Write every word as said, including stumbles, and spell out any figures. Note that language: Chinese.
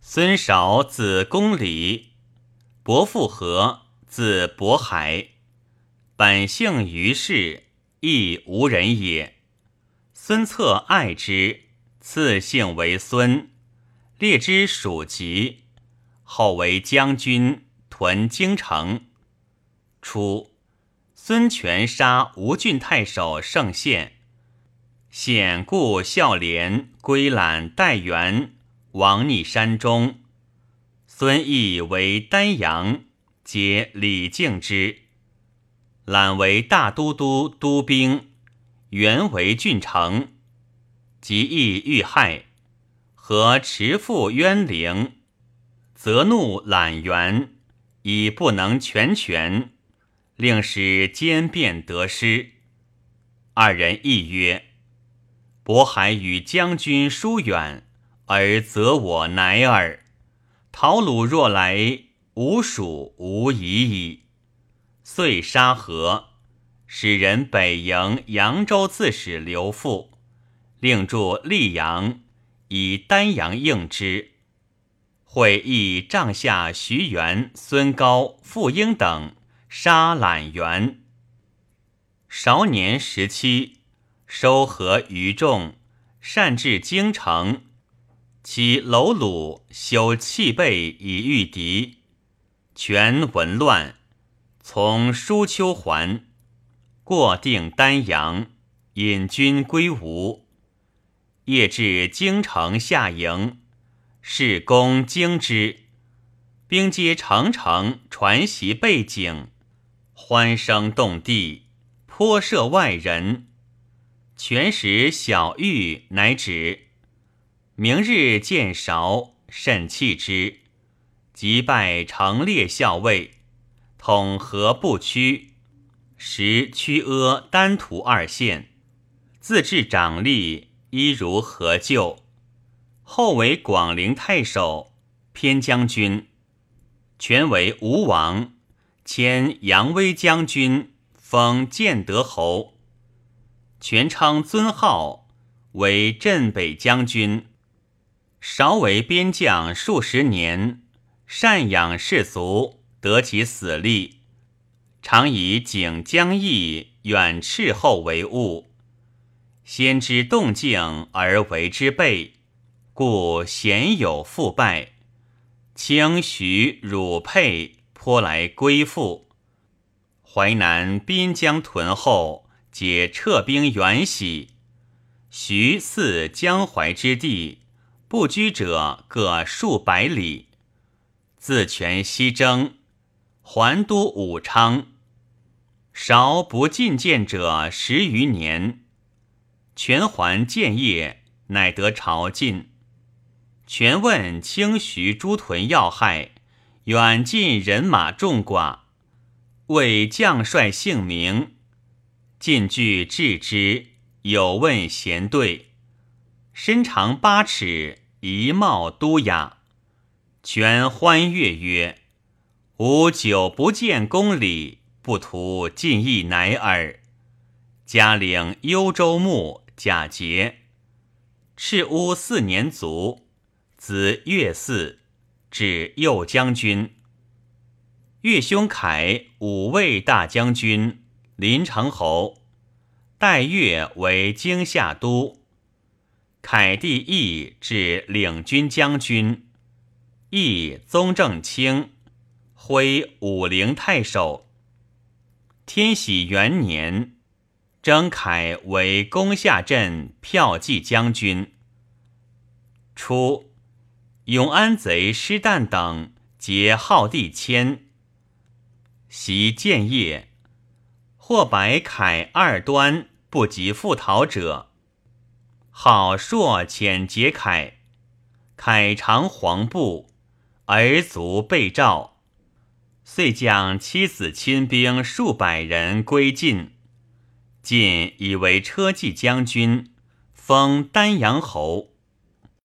孙韶字公理，伯父和，字渤海，本姓于氏，亦无人也。孙策爱之，赐姓为孙，列之属籍。后为将军，屯京城。初，孙权杀吴郡太守盛宪，显故孝廉归揽代原，亡匿山中。孙义为丹阳，皆礼敬之。揽为大都督都兵，原为郡丞。及义遇害，和持父冤灵，责怒揽元，以不能全权，令使兼辩得失。二人议曰：渤海与将军疏远，而责我乃耳。讨虏若来，吾属无疑矣。遂杀和，使人北营扬州刺史刘馥，令驻溧阳，以丹阳应之。会议帐下徐元、孙高、傅婴等杀揽元。韶年十七，收合于众，擅至京城，其楼鲁修弃备以御敌。权闻乱，从舒丘还，过定丹阳，引军归吴。夜至京城下营，士攻京之，兵皆乘城传檄背井，欢声动地，颇涉外人。权使小玉乃止。明日见韶，甚弃之，即拜成列校尉，统河部区，时曲阿、丹徒二县，自治长吏，依如何旧。后为广陵太守、偏将军。权为吴王，迁扬威将军，封建德侯。权称尊号，为镇北将军。韶为边将数十年，善养士卒，得其死力，常以景将义，远斥候为务。先知动静而为之备，故鲜有复败。卿徐、汝沛颇来归附。淮南滨江屯后，皆撤兵远徙。徐似江淮之地，不居者各数百里。自权西征，还都武昌。韶不进谏者十余年。权还建业，乃得朝觐。权问清徐诸屯要害，远近人马众寡，谓将帅姓名。进具置之，有问贤对。身长八尺，仪貌都雅。权欢悦曰：吾久不见公理，不图进义乃耳。加领幽州牧、假节。赤乌四年卒，子岳嗣，至右将军。岳兄凯，武卫大将军，临城侯。代岳为京下都。凯弟义至领军将军。义宗正卿，徽武陵太守。天禧元年，征凯为攻下镇骠骑将军。初，永安贼施旦等皆好地迁，袭建业，或百凯二端不及复讨者。好朔遣结凯，凯常黄布，儿卒被召，遂将妻子亲兵数百人归晋。晋以为车骑将军，封丹阳侯。